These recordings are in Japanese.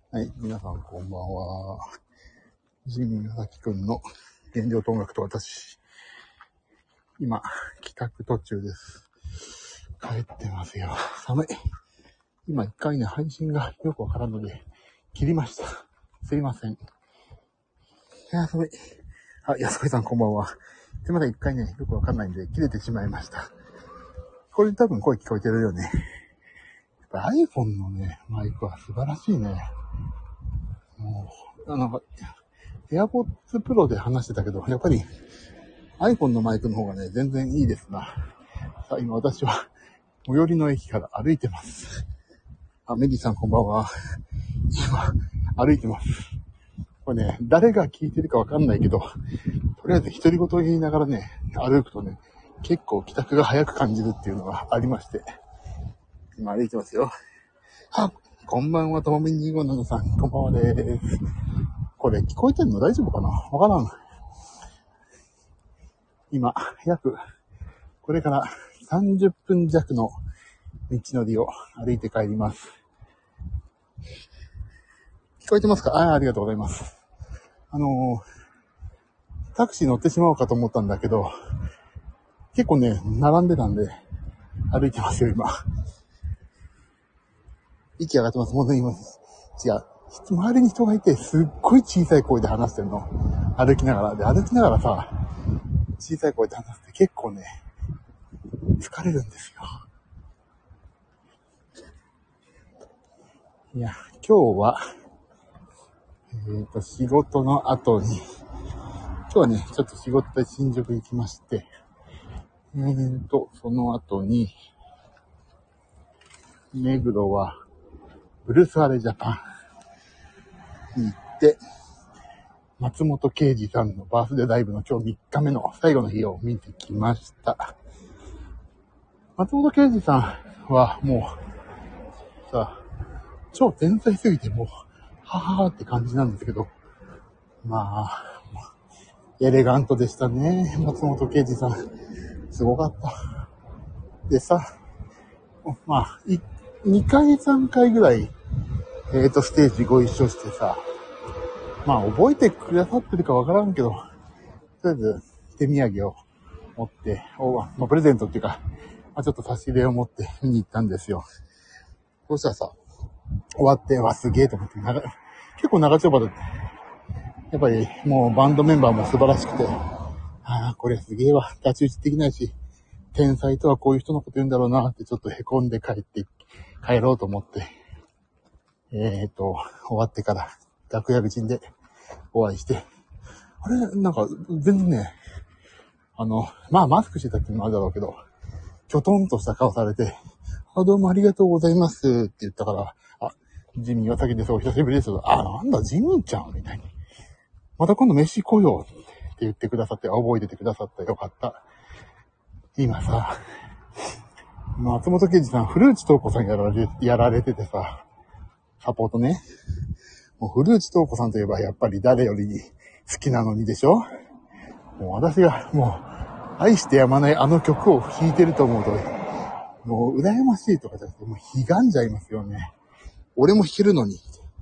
はい、皆さんこんばんは。ジミー佐々木くんの原料と音楽と私。今、帰宅途中です。帰ってますよ。寒い。今一回ね、配信がよくわからんので、切りました。すいません。いや、寒い。あ、安子さんこんばんは。すいません、一回ね、よくわかんないんで、切れてしまいました。これ多分声聞こえてるよね。やっぱ iPhone のね、マイクは素晴らしいね。もう、AirPods Pro で話してたけど、やっぱり iPhone のマイクの方がね、全然いいですな。さあ、今私は最寄りの駅から歩いてます。あ、メディさんこんばんは。今、歩いてます。これね、誰が聞いてるかわかんないけど、とりあえず独り言言いながらね、歩くとね、結構帰宅が早く感じるっていうのがありまして、今歩いてますよ。あ、こんばんは、ともみん257さん、こんばんはです。これ聞こえてんの大丈夫かなわからん。今、これから30分弱の道のりを歩いて帰ります。聞こえてますか？ありがとうございます。タクシー乗ってしまおうかと思ったんだけど、結構ね、並んでたんで、歩いてますよ、今。息上がってます。もうね、今、違う。周りに人がいて、すっごい小さい声で話してるの。歩きながら。で、歩きながらさ、小さい声で話して結構ね、疲れるんですよ。いや、今日は、仕事の後に、今日はね、ちょっと仕事で新宿行きまして、その後に、目黒は、ブルースアレジャパンに行って、松本啓二さんのバースデーライブの今日3日目の最後の日を見てきました。松本啓二さんはもう、さ、超天才すぎてもう、ははーって感じなんですけど、まあ、エレガントでしたね、松本啓二さん。すごかった。でさ、まあ、2回3回ぐらい、ステージご一緒してさ、まあ、覚えてくださってるかわからんけど、とりあえず手土産を持って、まあ、プレゼントっていうか、まあ、ちょっと差し入れを持って見に行ったんですよ。そしたらさ、終わって、すげえと思って、結構長丁場だって。やっぱりもうバンドメンバーも素晴らしくて、これすげえわ、太刀打ちできないし、天才とはこういう人のこと言うんだろうなってちょっと凹んで帰ろうと思って、終わってから楽屋口でお会いして、あれ、なんか全然ね、まあマスクしてたっていうのもあるだろうけど、きょとんとした顔されて、どうもありがとうございますって言ったから、ジミーは先です、お久しぶりです。なんだ、ジミーちゃんみたいに。また今度飯来ようって言ってくださって、覚えててくださったよかった。今さ、松本啓二さん、古内東子さんやられててさ、サポートね。もう古内東子さんといえばやっぱり誰より好きなのにでしょ？もう私がもう愛してやまないあの曲を弾いてると思うと、もう羨ましいとかじゃなくて、もうひがんじゃいますよね。俺も弾けるのに。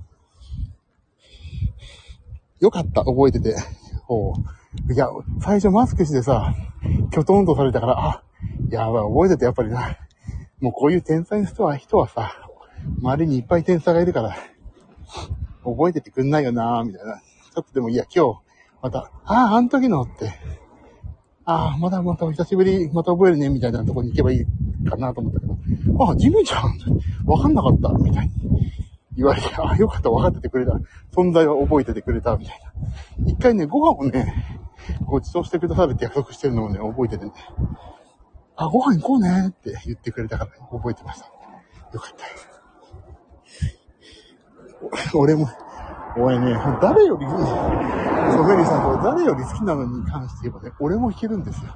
よかった、覚えてて。いや、最初マスクしてさ、きょとんとされたから、やばい、覚えててやっぱりな。もうこういう天才の人はさ、周りにいっぱい天才がいるから、覚えててくんないよなーみたいな。ちょっとでもいいや、今日、また、あの時のって、またお久しぶり、また覚えるね、みたいなところに行けばいいかなと思ったけど、ジミーちゃん、わかんなかった、みたいに言われて、よかった、わかっててくれた。存在は覚えててくれた、みたいな。一回ね、ご飯をね、ご馳走してくださるって約束してるのをね、覚えててね。ご飯行こうねって言ってくれたから、ね、覚えてました。よかった。俺ね、誰より、メリーさん、これ誰より好きなのに関して言えばね、俺も弾けるんですよ。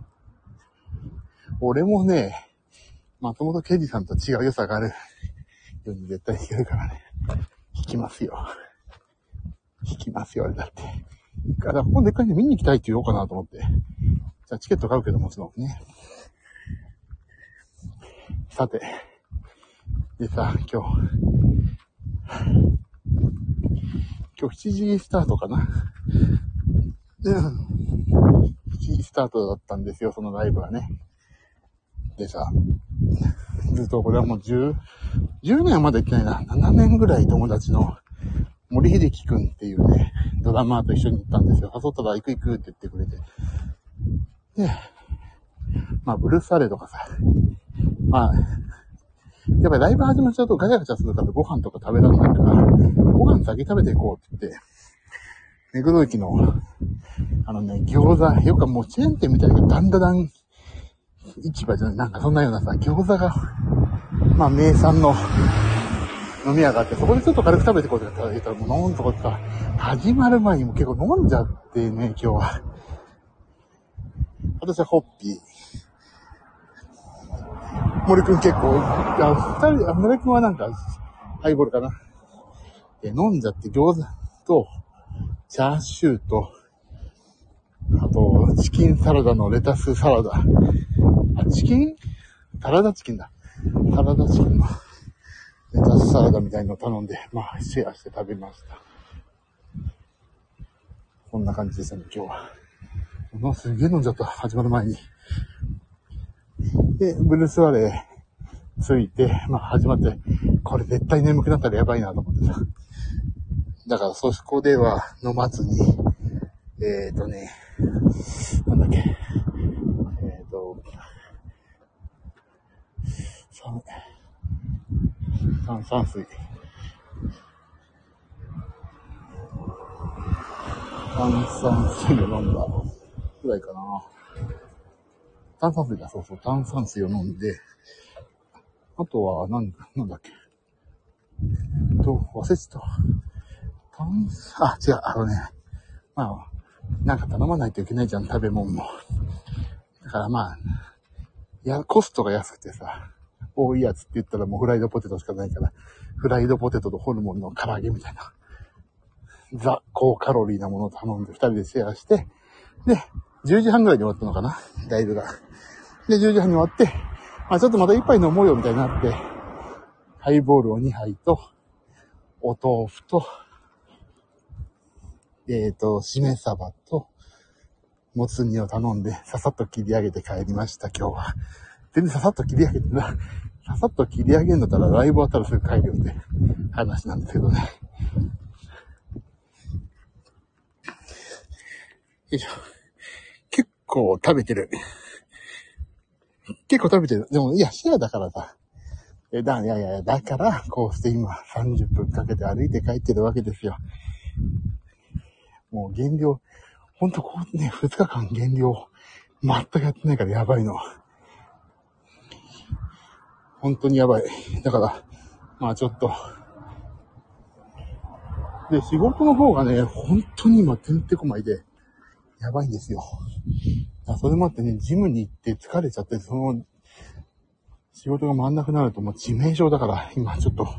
俺もね、松本啓二さんと違う良さがあるように絶対弾けるからね。弾きますよ、俺だって。だから今度一回ね、見に行きたいって言おうかなと思って。じゃあチケット買うけどもちろんね。さて。でさ、今日、 今日7時スタートかな。7時スタートだったんですよ、そのライブはね。でさ、ずっとこれはもう10年はまだ行ってないな。7年ぐらい友達の森秀樹くんっていうね、ドラマーと一緒に行ったんですよ。誘ったら行くって言ってくれて。で、まあブルースアレとかさ、まあ、やっぱりライブ始まっちゃうとガチャガチャするからご飯とか食べられないから、ご飯先食べていこうって言って、目黒駅の、餃子、よくもうチェーン店みたいなだんだん市場じゃない、なんかそんなようなさ、餃子が、まあ名産の飲み屋があって、そこでちょっと軽く食べていこうって言ったら、もう飲んとこってさ、始まる前にも結構飲んじゃってね、今日は。私はホッピー。森くん結構、森くんはなんか、ハイボールかな。飲んじゃって餃子と、チャーシューと、あと、チキンサラダのレタスサラダ。サラダチキンだ。サラダチキンのレタスサラダみたいのを頼んで、まあ、シェアして食べました。こんな感じですね、今日は。もうすげえ飲んじゃった、始まる前に。で、ブルースワレーついて、まあ始まって、これ絶対眠くなったらやばいなと思ってさ。だからそこでは飲まずに、なんだっけ、炭酸水を飲んだぐらいかな。炭酸水だ、そうそう、炭酸水を飲んで、あとは、なんだっけ。忘れてた。違う、まあ、なんか頼まないといけないじゃん、食べ物も。だからまあ、コストが安くてさ、多いやつって言ったらもうフライドポテトしかないから、フライドポテトとホルモンの唐揚げみたいな、ザ・高カロリーなものを頼んで二人でシェアして、で、10時半ぐらいに終わったのかな、ライブが。で、10時半に終わって、まあちょっとまた一杯飲もうよみたいになって、ハイボールを2杯と、お豆腐と、しめ鯖と、もつ煮を頼んで、ささっと切り上げて帰りました、今日は。全然ささっと切り上げてな、ささっと切り上げんだったらライブ終わったらすぐ帰るよって話なんですけどね。よいしょ。結構食べてる。でも、いや、シェアだからさ。だから、こうして今、30分かけて歩いて帰ってるわけですよ。もう減量、ほんとこうね、2日間減量、全くやってないからやばいの。本当にやばい。だから、まあちょっと。で、仕事の方がね、本当に今、てんてこまいで、やばいんですよ。それもあってね、ジムに行って疲れちゃって、その、仕事が回んなくなるともう致命傷だから、今ちょっと、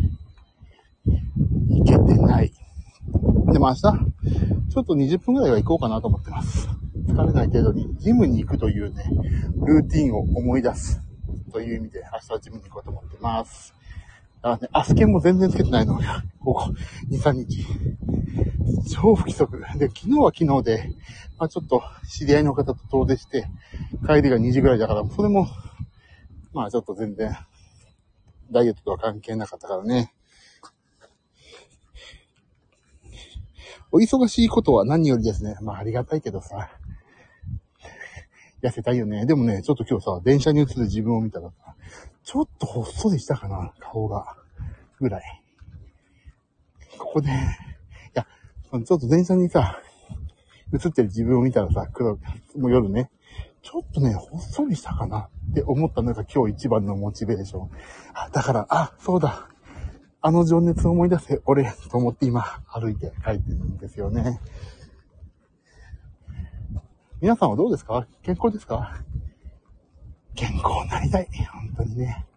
行けてない。でも明日、ちょっと20分ぐらいは行こうかなと思ってます。疲れない程度に、ジムに行くというね、ルーティンを思い出す。という意味で、明日はジムに行こうと思ってます。だからね、アスケンも全然つけてないのが、ここ、2、3日。超不規則。で、昨日は昨日で、まあちょっと、知り合いの方と遠出して、帰りが2時ぐらいだから、それも、まあちょっと全然、ダイエットとは関係なかったからね。お忙しいことは何よりですね。まあありがたいけどさ、痩せたいよね。でもね、ちょっと今日さ、電車に映る自分を見たらさ、ちょっとほっそりしたかな、顔が。ぐらい。ここで、いや、ちょっと電車にさ、映ってる自分を見たらさ、もう夜ね、ちょっとね、ほっそりしたかなって思ったのが今日一番のモチベーション。だから、そうだ。あの情熱を思い出せ、俺、と思って今、歩いて帰ってるんですよね。皆さんはどうですか？健康ですか？健康になりたい。本当にね。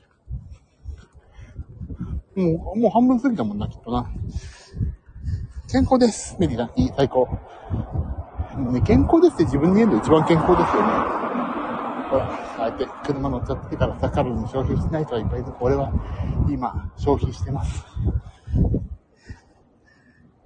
もう半分過ぎたもんな、きっとな。健康です。メリラ、いい、最高。ね、健康ですって自分に言えるの一番健康ですよね。ほら、ああやって車乗っちゃってからさ、カロリー消費しない人はいっぱいいる。俺は今、消費してます。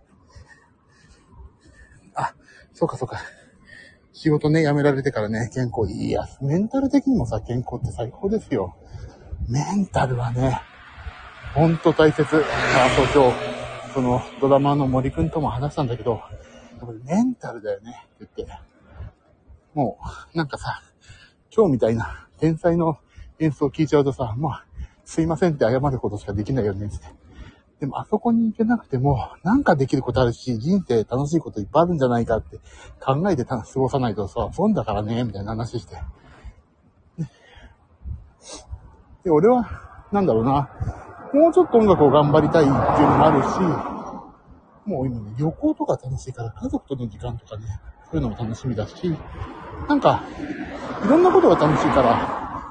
そうかそうか。仕事ね、辞められてからね、健康いいや。メンタル的にもさ、健康って最高ですよ。メンタルはね、ほんと大切。そう今日、そのドラマーの森くんとも話したんだけど、やっぱりメンタルだよねって言って。もう、なんかさ、今日みたいな天才の演奏を聞いちゃうとさ、まあ、すいませんって謝ることしかできないよねって。でもあそこに行けなくても、なんかできることあるし、人生楽しいこといっぱいあるんじゃないかって考えて過ごさないとさ、損だからね、みたいな話して。で、俺は、なんだろうな、もうちょっと音楽を頑張りたいっていうのもあるし、もう今ね、旅行とか楽しいから、家族との時間とかね、そういうのも楽しみだし、なんか、いろんなことが楽しいから、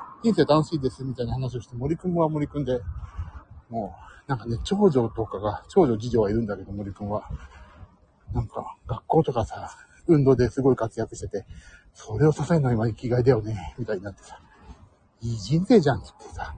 人生楽しいですみたいな話をして、森くんは森くんで、もう、なんかね、長女次女はいるんだけど、森くんは。なんか、学校とかさ、運動ですごい活躍してて、それを支えるのは今生きがいだよね、みたいになってさ、いい人生じゃんってさ。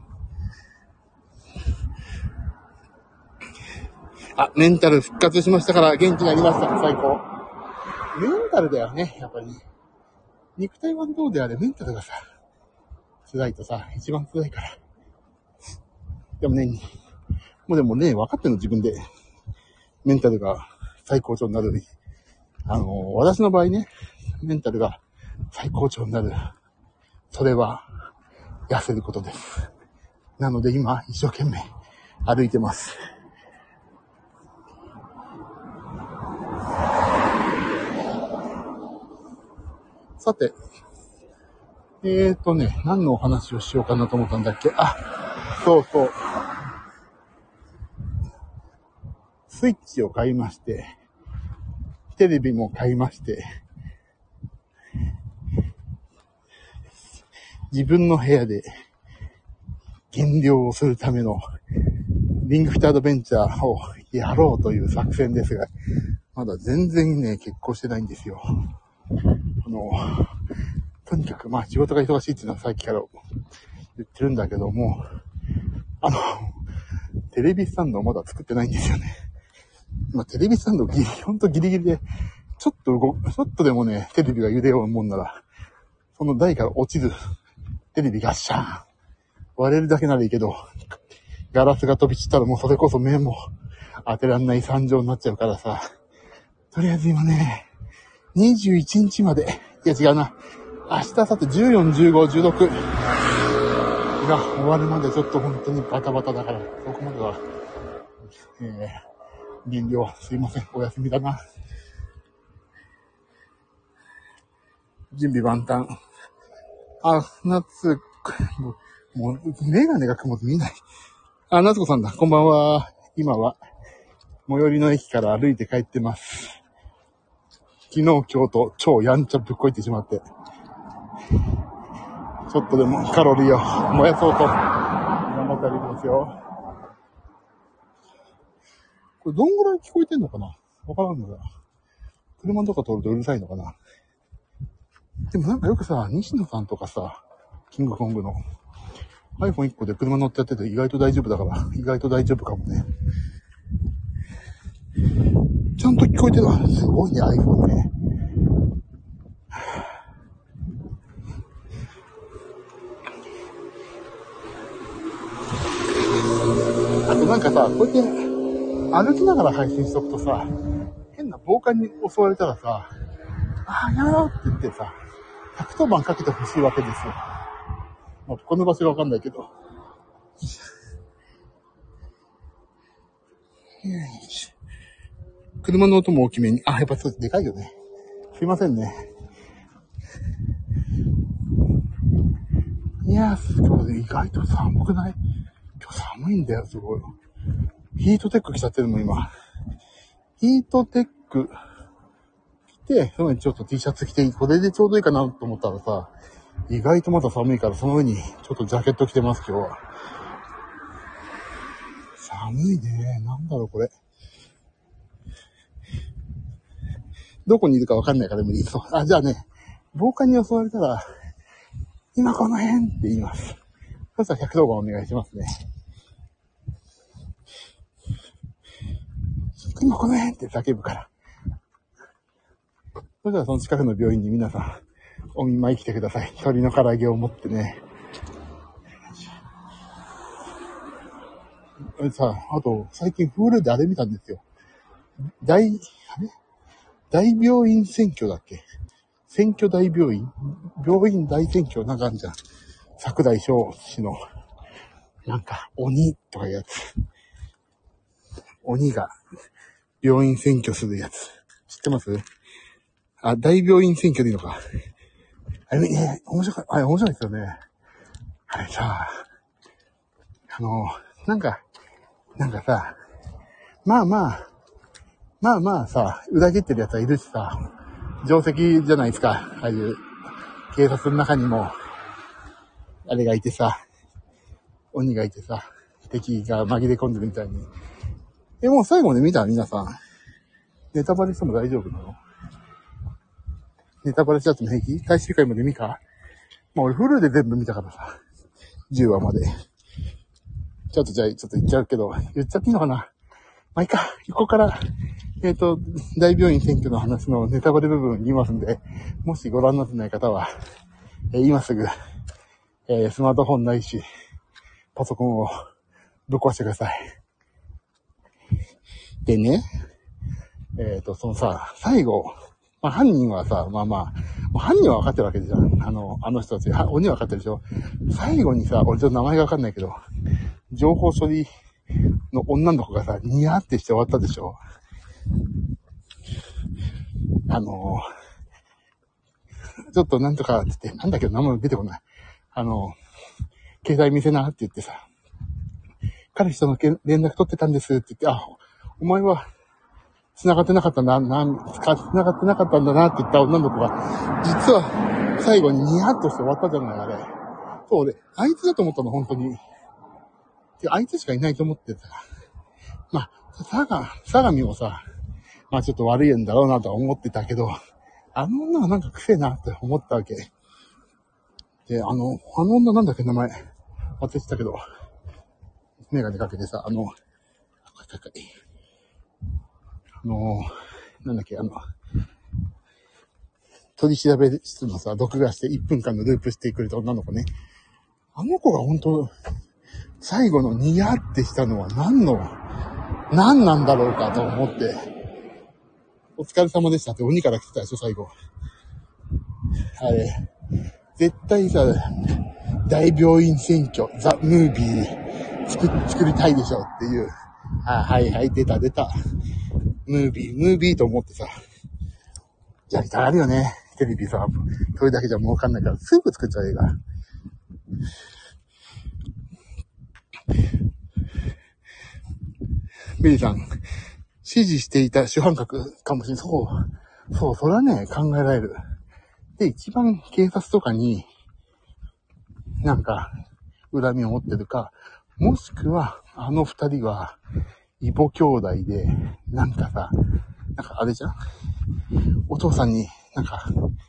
あ、メンタル復活しましたから元気になりました。最高。メンタルだよね、やっぱり。肉体はどうであれ、メンタルがさ、辛いとさ、一番辛いから。でもね、でもね、分かってるの自分で。メンタルが最高潮になる。私の場合ね、メンタルが最高潮になる。それは、痩せることです。なので今、一生懸命歩いてます。さて、何のお話をしようかなと思ったんだっけ。そう。スイッチを買いまして、テレビも買いまして、自分の部屋で減量をするためのリングフィットアドベンチャーをやろうという作戦ですが、まだ全然ね、結婚してないんですよ。とにかく仕事が忙しいっていうのはさっきから言ってるんだけども、テレビスタンドをまだ作ってないんですよね。今テレビスタンドほんとギリギリで、ちょっとでもね、テレビが揺れようもんなら、その台から落ちるテレビガッシャーン。割れるだけならいいけど、ガラスが飛び散ったらもうそれこそ目も当てらんない惨状になっちゃうからさ。とりあえず今ね、21日まで、いや違うな。明日、明後日14、15、16が終わるまでちょっと本当にバタバタだから、そこまでは、減量すいません。お休みだな。準備万端。もう、メガネが曇って見えない。夏子さんだ。こんばんは。今は、最寄りの駅から歩いて帰ってます。昨日、今日と超やんちゃぶっこいてしまって、ちょっとでもカロリーを燃やそうと、頑張って歩いてますよ。これどんぐらい聞こえてんのかな？わからんのだ。車のとか通るとうるさいのかな？でもなんかよくさ、西野さんとかさ、キングコングの iPhone 1個で車乗ってやってて意外と大丈夫だから、意外と大丈夫かもね。ちゃんと聞こえてる。すごいね、iPhone ね。あとなんかさ、こうやって歩きながら配信しとくとさ、変な暴漢に襲われたらさ、やめろって言ってさ、110番かけてほしいわけですよ。この場所がわかんないけど。車の音も大きめに。やっぱそうでかいよね。すいませんね。いやー、今日意外と寒くない？今日寒いんだよ、すごい。ヒートテック着ちゃってるもん、今。ヒートテック着て、その上にちょっと T シャツ着て、これでちょうどいいかなと思ったらさ、意外とまだ寒いから、その上にちょっとジャケット着てます、今日は。寒いね。なんだろう、これ。どこにいるかわかんないから無理。じゃあね、防火に襲われたら、今この辺って言います。そしたら110番お願いしますね。今この辺って叫ぶから。 それではその近くの病院に皆さん、お見舞い来てください。鶏の唐揚げを持ってね。さあ、あと、最近フールであれ見たんですよ。大病院選挙だっけ？選挙大病院？病院大選挙なんかあんじゃん。桜井翔氏の、なんか、鬼とかいうやつ。鬼が病院選挙するやつ。知ってます？あ、大病院選挙でいいのか。あれ、面白い、面白いですよね。あれさ、なんかさ、まあさ、裏切ってるやつはいるしさ、定石じゃないですか。ああいう警察の中にも、あれがいてさ、鬼がいてさ、敵が紛れ込んでるみたいに。もう最後まで見た？皆さん。ネタバレしても大丈夫なの？ネタバレしちゃっても平気？最終回まで見た？まあ俺フルで全部見たからさ。10話まで。ちょっと言っちゃうけど、言っちゃっていいのかな？まあいいか。ここから、大病院選挙の話のネタバレ部分言いますんで、もしご覧になってない方は、今すぐ、スマートフォンないし、パソコンをぶっ壊してください。でね、そのさ、最後、まあ、犯人はさ、もう犯人は分かってるわけじゃん。あの人たち、鬼は分かってるでしょ。最後にさ、俺ちょっと名前が分かんないけど、情報処理の女の子がさ、ニヤってして終わったでしょ。ちょっとなんとかって言って、なんだけど名前出てこない。携帯見せなって言ってさ、彼氏との連絡取ってたんですって言って、お前は繋がってなかったんだなって言った女の子が、実は最後にニヤッとして終わったじゃない、あれ。そう、俺、あいつだと思ったの、本当に。あいつしかいないと思ってた。まあ、相模もさ、まあちょっと悪いんだろうなとは思ってたけど、あの女はなんか癖なって思ったわけ。で、あの女なんだっけ、名前。忘れてたけど、メガネかけてさ、なんだっけ、取り調べ室のさ、録画して1分間のループしてくれた女の子ね。あの子が本当最後のニヤってしたのは何なんだろうかと思って、お疲れ様でしたって鬼から来てたでしょ、最後。あれ、絶対さ、大病院選挙、ザ・ムービー作りたいでしょっていう。はいはい、出た。ムービーと思ってさ、やりたがるよね。テレビさ、それだけじゃ儲かんないからすぐ作っちゃう映画。メリーさん、指示していた主犯格かもしれない。そう、それはね、考えられる。で、一番警察とかに、なんか、恨みを持ってるか、もしくは、あの二人は、異母兄弟で、なんかさ、なんかあれじゃん？お父さんに、なんか、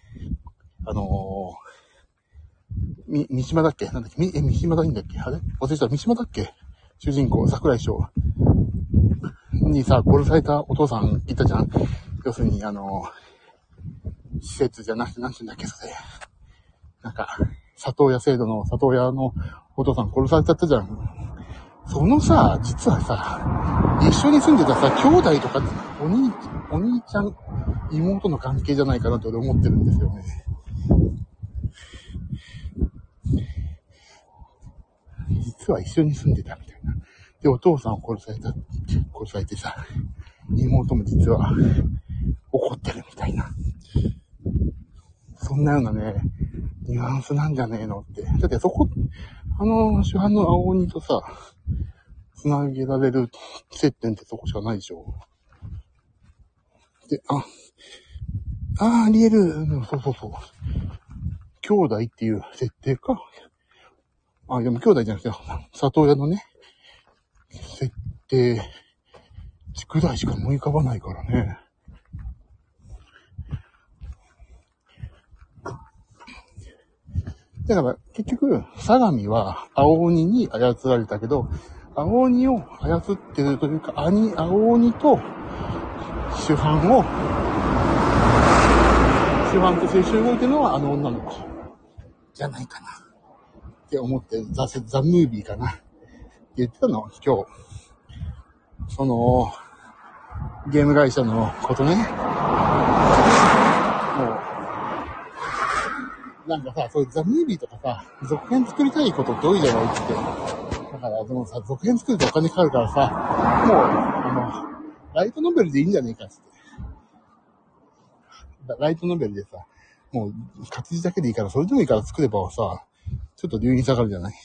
三島だっけ？なんだっけ？三島だいいんだっけ？あれ忘れた。三島だっけ？主人公、桜井翔にさ、殺されたお父さんいたじゃん。要するに、施設じゃなくて、なんて言うんだっけ、それ。なんか、里親制度の里親のお父さん殺されちゃったじゃん。そのさ、実はさ、一緒に住んでたさ、兄弟とか、お兄ちゃん、妹の関係じゃないかなと俺思ってるんですよね。実は一緒に住んでたみたいな。で、お父さんを殺されてさ、妹も実は怒ってるみたいな。そんなようなね、ニュアンスなんじゃねえのって。だってそこ、主犯の青鬼とさ、繋げられる接点ってそこしかないでしょ。で、あり得る。そう。兄弟っていう設定か。でも兄弟じゃなくて、里親のね、設定、ぐらいしか思い浮かばないからね。だから結局、相模は青鬼に操られたけど、青鬼を操ってるというか、青鬼と主犯を主犯として一緒に動いてるのはあの女の子じゃないかなって思って、ザ・ムービーかなって言ってたの、今日。その、ゲーム会社のことね。もう、なんかさ、そういうザ・ムービーとかさ、続編作りたいことって多いじゃないって。だから、でもさ、続編作るとお金かかるからさ、もう、ライトノベルでいいんじゃねえかっつって。ライトノベルでさ、もう、活字だけでいいから、それでもいいから作ればさ、ちょっと留飲下がるじゃない。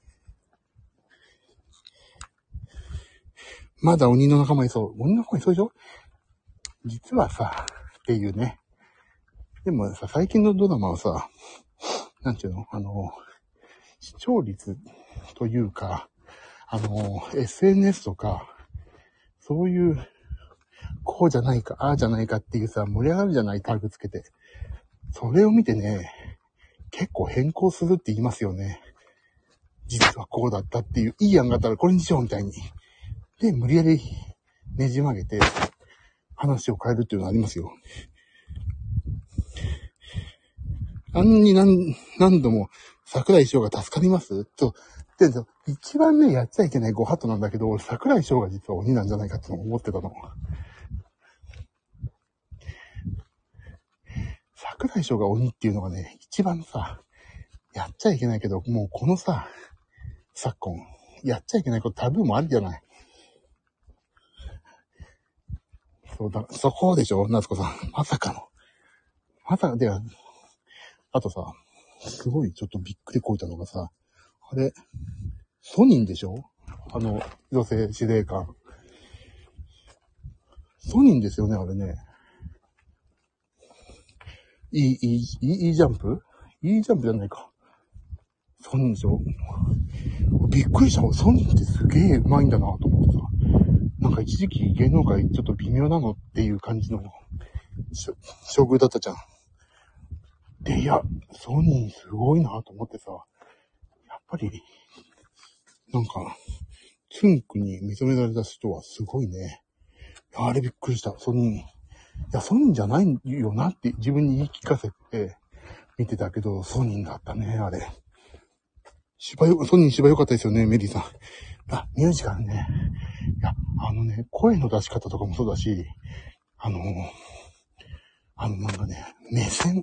まだ鬼の仲間いそう。鬼の仲間いそうでしょ？実はさ、っていうね。でもさ、最近のドラマはさ、なんていうの？視聴率というか、SNS とか、そういう、こうじゃないか、ああじゃないかっていうさ、盛り上がるじゃない、タグつけて。それを見てね、結構変更するって言いますよね。実はこうだったっていう、いい案があったらこれにしようみたいに。で、無理やりねじ曲げて、話を変えるっていうのがありますよ。何度も桜井翔が助かりますと、で、一番ね、やっちゃいけないご法度なんだけど、桜井翔が実は鬼なんじゃないかって思ってたの。桜井翔が鬼っていうのがね、一番さ、やっちゃいけないけど、もうこのさ、昨今、やっちゃいけないことタブーもあるじゃない。そうだ、そこでしょ、夏子さん。まさかの。まさかでは、あとさ、すごいちょっとびっくりこいたのがさ、あれ、ソニンでしょ？女性司令官。ソニンですよね、あれね。いいジャンプじゃないか。ソニンでしょ？びっくりした。ソニンってすげえ上手いんだなと思ってさ。なんか一時期芸能界ちょっと微妙なのっていう感じの処遇だったじゃん。で、いや、ソニンすごいなと思ってさ。やっぱり、なんか、つんくに認められた人はすごいね。あれびっくりした。ソニン。いや、ソニンじゃないよなって自分に言い聞かせて見てたけど、ソニンだったね、あれ。ソニン芝良かったですよね、メリーさん。あ、ミュージカルね。いや、声の出し方とかもそうだし、なんかね、目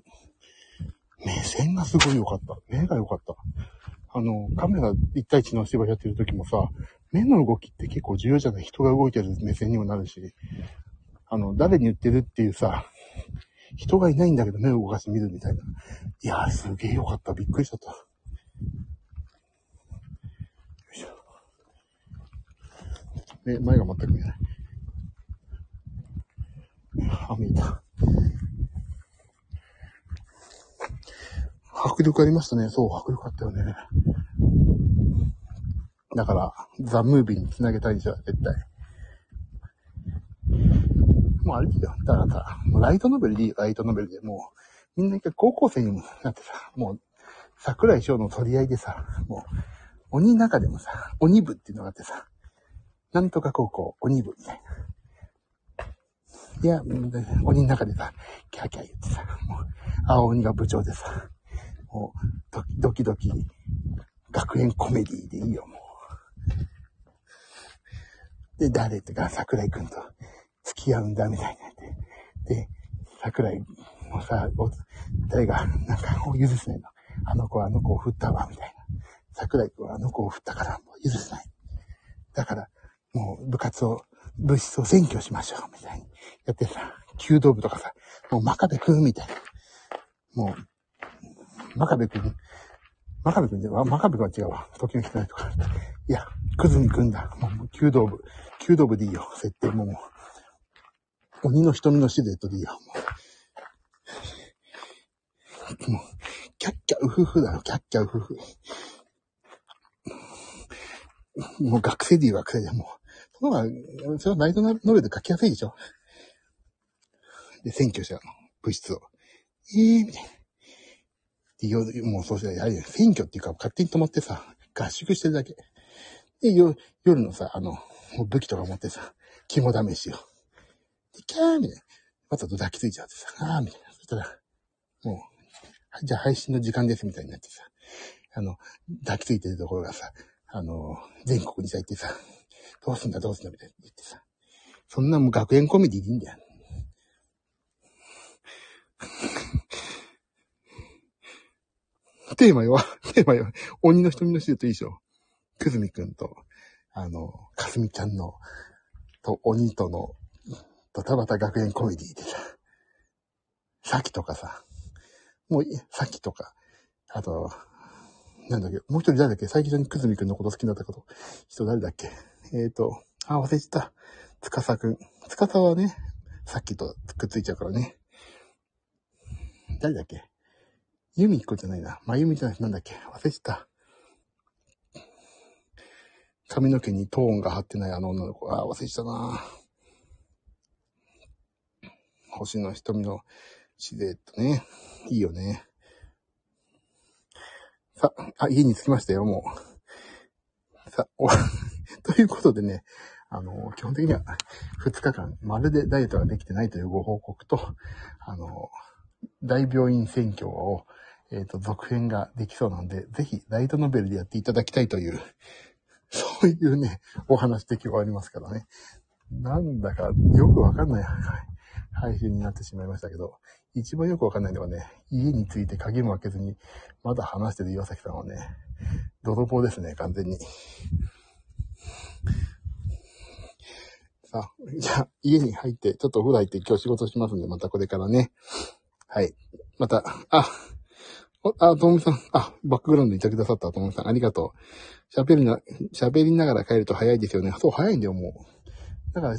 線がすごい良かった。目が良かった。カメラ1対1の芝居やってる時もさ、目の動きって結構重要じゃない？人が動いてる目線にもなるし、誰に言ってるっていうさ、人がいないんだけど目を動かして見るみたいな。いやー、すげえ良かった。びっくりしちゃった。よいしょ。前が全く見えない。あ、見えた。迫力ありましたね。そう、迫力あったよね。だから、ザ・ムービーに繋げたいんですよ、絶対。もうあれですよ。だからさ、もうライトノベルでいいよ、ライトノベルで。もう、みんな一回高校生にもなってさ、もう、桜井翔の取り合いでさ、もう、鬼の中でもさ、鬼部っていうのがあってさ、なんとか高校、鬼部みたいな。いや、鬼の中でさ、キャーキャー言ってさ、もう、青鬼が部長でさ、もう、ドキドキ、学園コメディでいいよ、もう。で、誰ってか、桜井くんと付き合うんだ、みたいになって。で、桜井もさ、誰が、なんか、許せないの。あの子を振ったわ、みたいな。桜井くんはあの子を振ったから、もう許せない。だから、もう部室を占拠しましょう、みたいにやってさ、弓道部とかさ、もう真壁くん、みたいな。もう、真壁くんは違うわ。時の人ないとか。いや、くずみくんだ。もう、弓道部でいいよ。設定も鬼の瞳のシルエットでいいよ。もう、キャッキャウフフだよ。キャッキャウフフ。もう学生でいい学生でもう。それはライトノベルで書きやすいでしょ。で、占拠したの。部室を。みたいな。で、もうそうしたらやるよ。選挙っていうか勝手に泊まってさ、合宿してるだけ。で、夜のさ、武器とか持ってさ、肝試しよ。で、キャーみたいな。わざと抱きついちゃってさ、みたいな。そしたら、 もう、じゃあ配信の時間ですみたいになってさ、抱きついてるところがさ、全国にさ、行ってさ、どうすんだみたいに言ってさ、そんなもう学園コメディでいいんだよ。テーマよ、鬼の瞳のシュートいいでしょ。くずみくんと、かすみちゃんの、と、鬼との、ドタバタ学園コメディでさ、さきとかさ、もう、さきとか、あと、なんだっけ、もう一人誰だっけ、最近にくずみくんのこと好きになった人誰だっけ、忘れちゃった。つかさくん。つかさはね、さっきとくっついちゃうからね。誰だっけ、ゆみこじゃないな。まゆみじゃない、なんだっけ、忘れちゃった。髪の毛にトーンが張ってないあの女の子。忘れちゃったな。星の瞳のシルエットね。いいよね。さ、家に着きましたよ、もう。さ、ということでね、基本的には2日間、まるでダイエットができてないというご報告と、大病院選挙を、続編ができそうなので、ぜひ、ライトノベルでやっていただきたいという、そういうね、お話で今日はありますからね。なんだかよくわかんない配信になってしまいましたけど、一番よくわかんないのはね、家に着いて鍵も開けずに、まだ話してる岩崎さんはね、泥棒ですね、完全に。さあ、じゃあ、家に入って、ちょっとお風呂入って今日仕事しますんで、またこれからね。はい。また、ともみさん、バックグラウンドいてくださったともみさん、ありがとう。喋りながら帰ると早いですよね。そう、早いんだよ、もう。だから、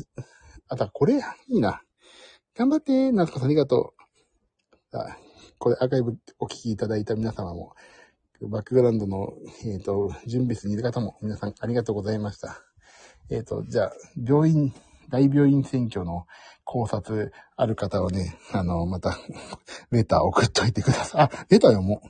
これ、いいな。頑張って、夏子さんありがとう。これアーカイブお聞きいただいた皆様も、バックグラウンドの、準備室にいる方も皆さんありがとうございました。じゃあ、大病院選挙の考察ある方はね、また、レター送っといてください。レターよ、もう。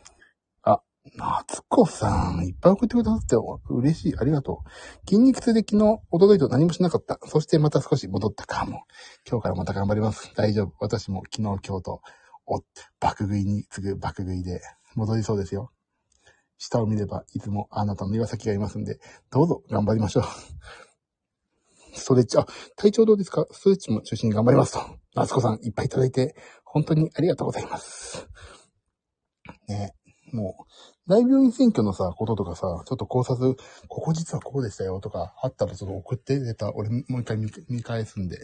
夏子さん、いっぱい送ってくださって嬉しい。ありがとう。筋肉痛で昨日、驚いと何もしなかった。そしてまた少し戻ったかも。今日からまた頑張ります。大丈夫。私も昨日、今日と、爆食いに次ぐ爆食いで戻りそうですよ。下を見れば、いつもあなたの岩崎がいますんで、どうぞ頑張りましょう。ストレッチ、体調どうですか？ストレッチも中心に頑張りますと。夏子さん、いっぱいいただいて、本当にありがとうございます。ね、もう、大病院選挙のさ、こととかさ、ちょっと考察、ここ実はこうでしたよとか、あったらちょっと送ってネタ、俺もう一回見返すんで。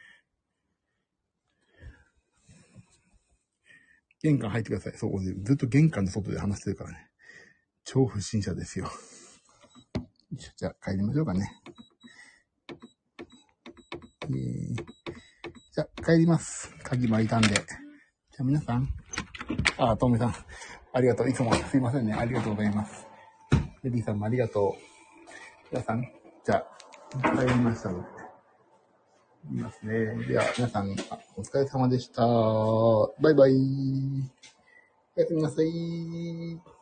玄関入ってください。そう、ずっと玄関の外で話してるからね。超不審者ですよ。じゃあ帰りましょうかね。じゃあ帰ります。鍵も開いたんで。じゃあ皆さん。ともみさん。ありがとう。いつもすいませんね。ありがとうございます。レディさんもありがとう。皆さん。じゃあ、帰りましたので。いますね。では、皆さん、お疲れ様でした。バイバイ。おやすみなさい。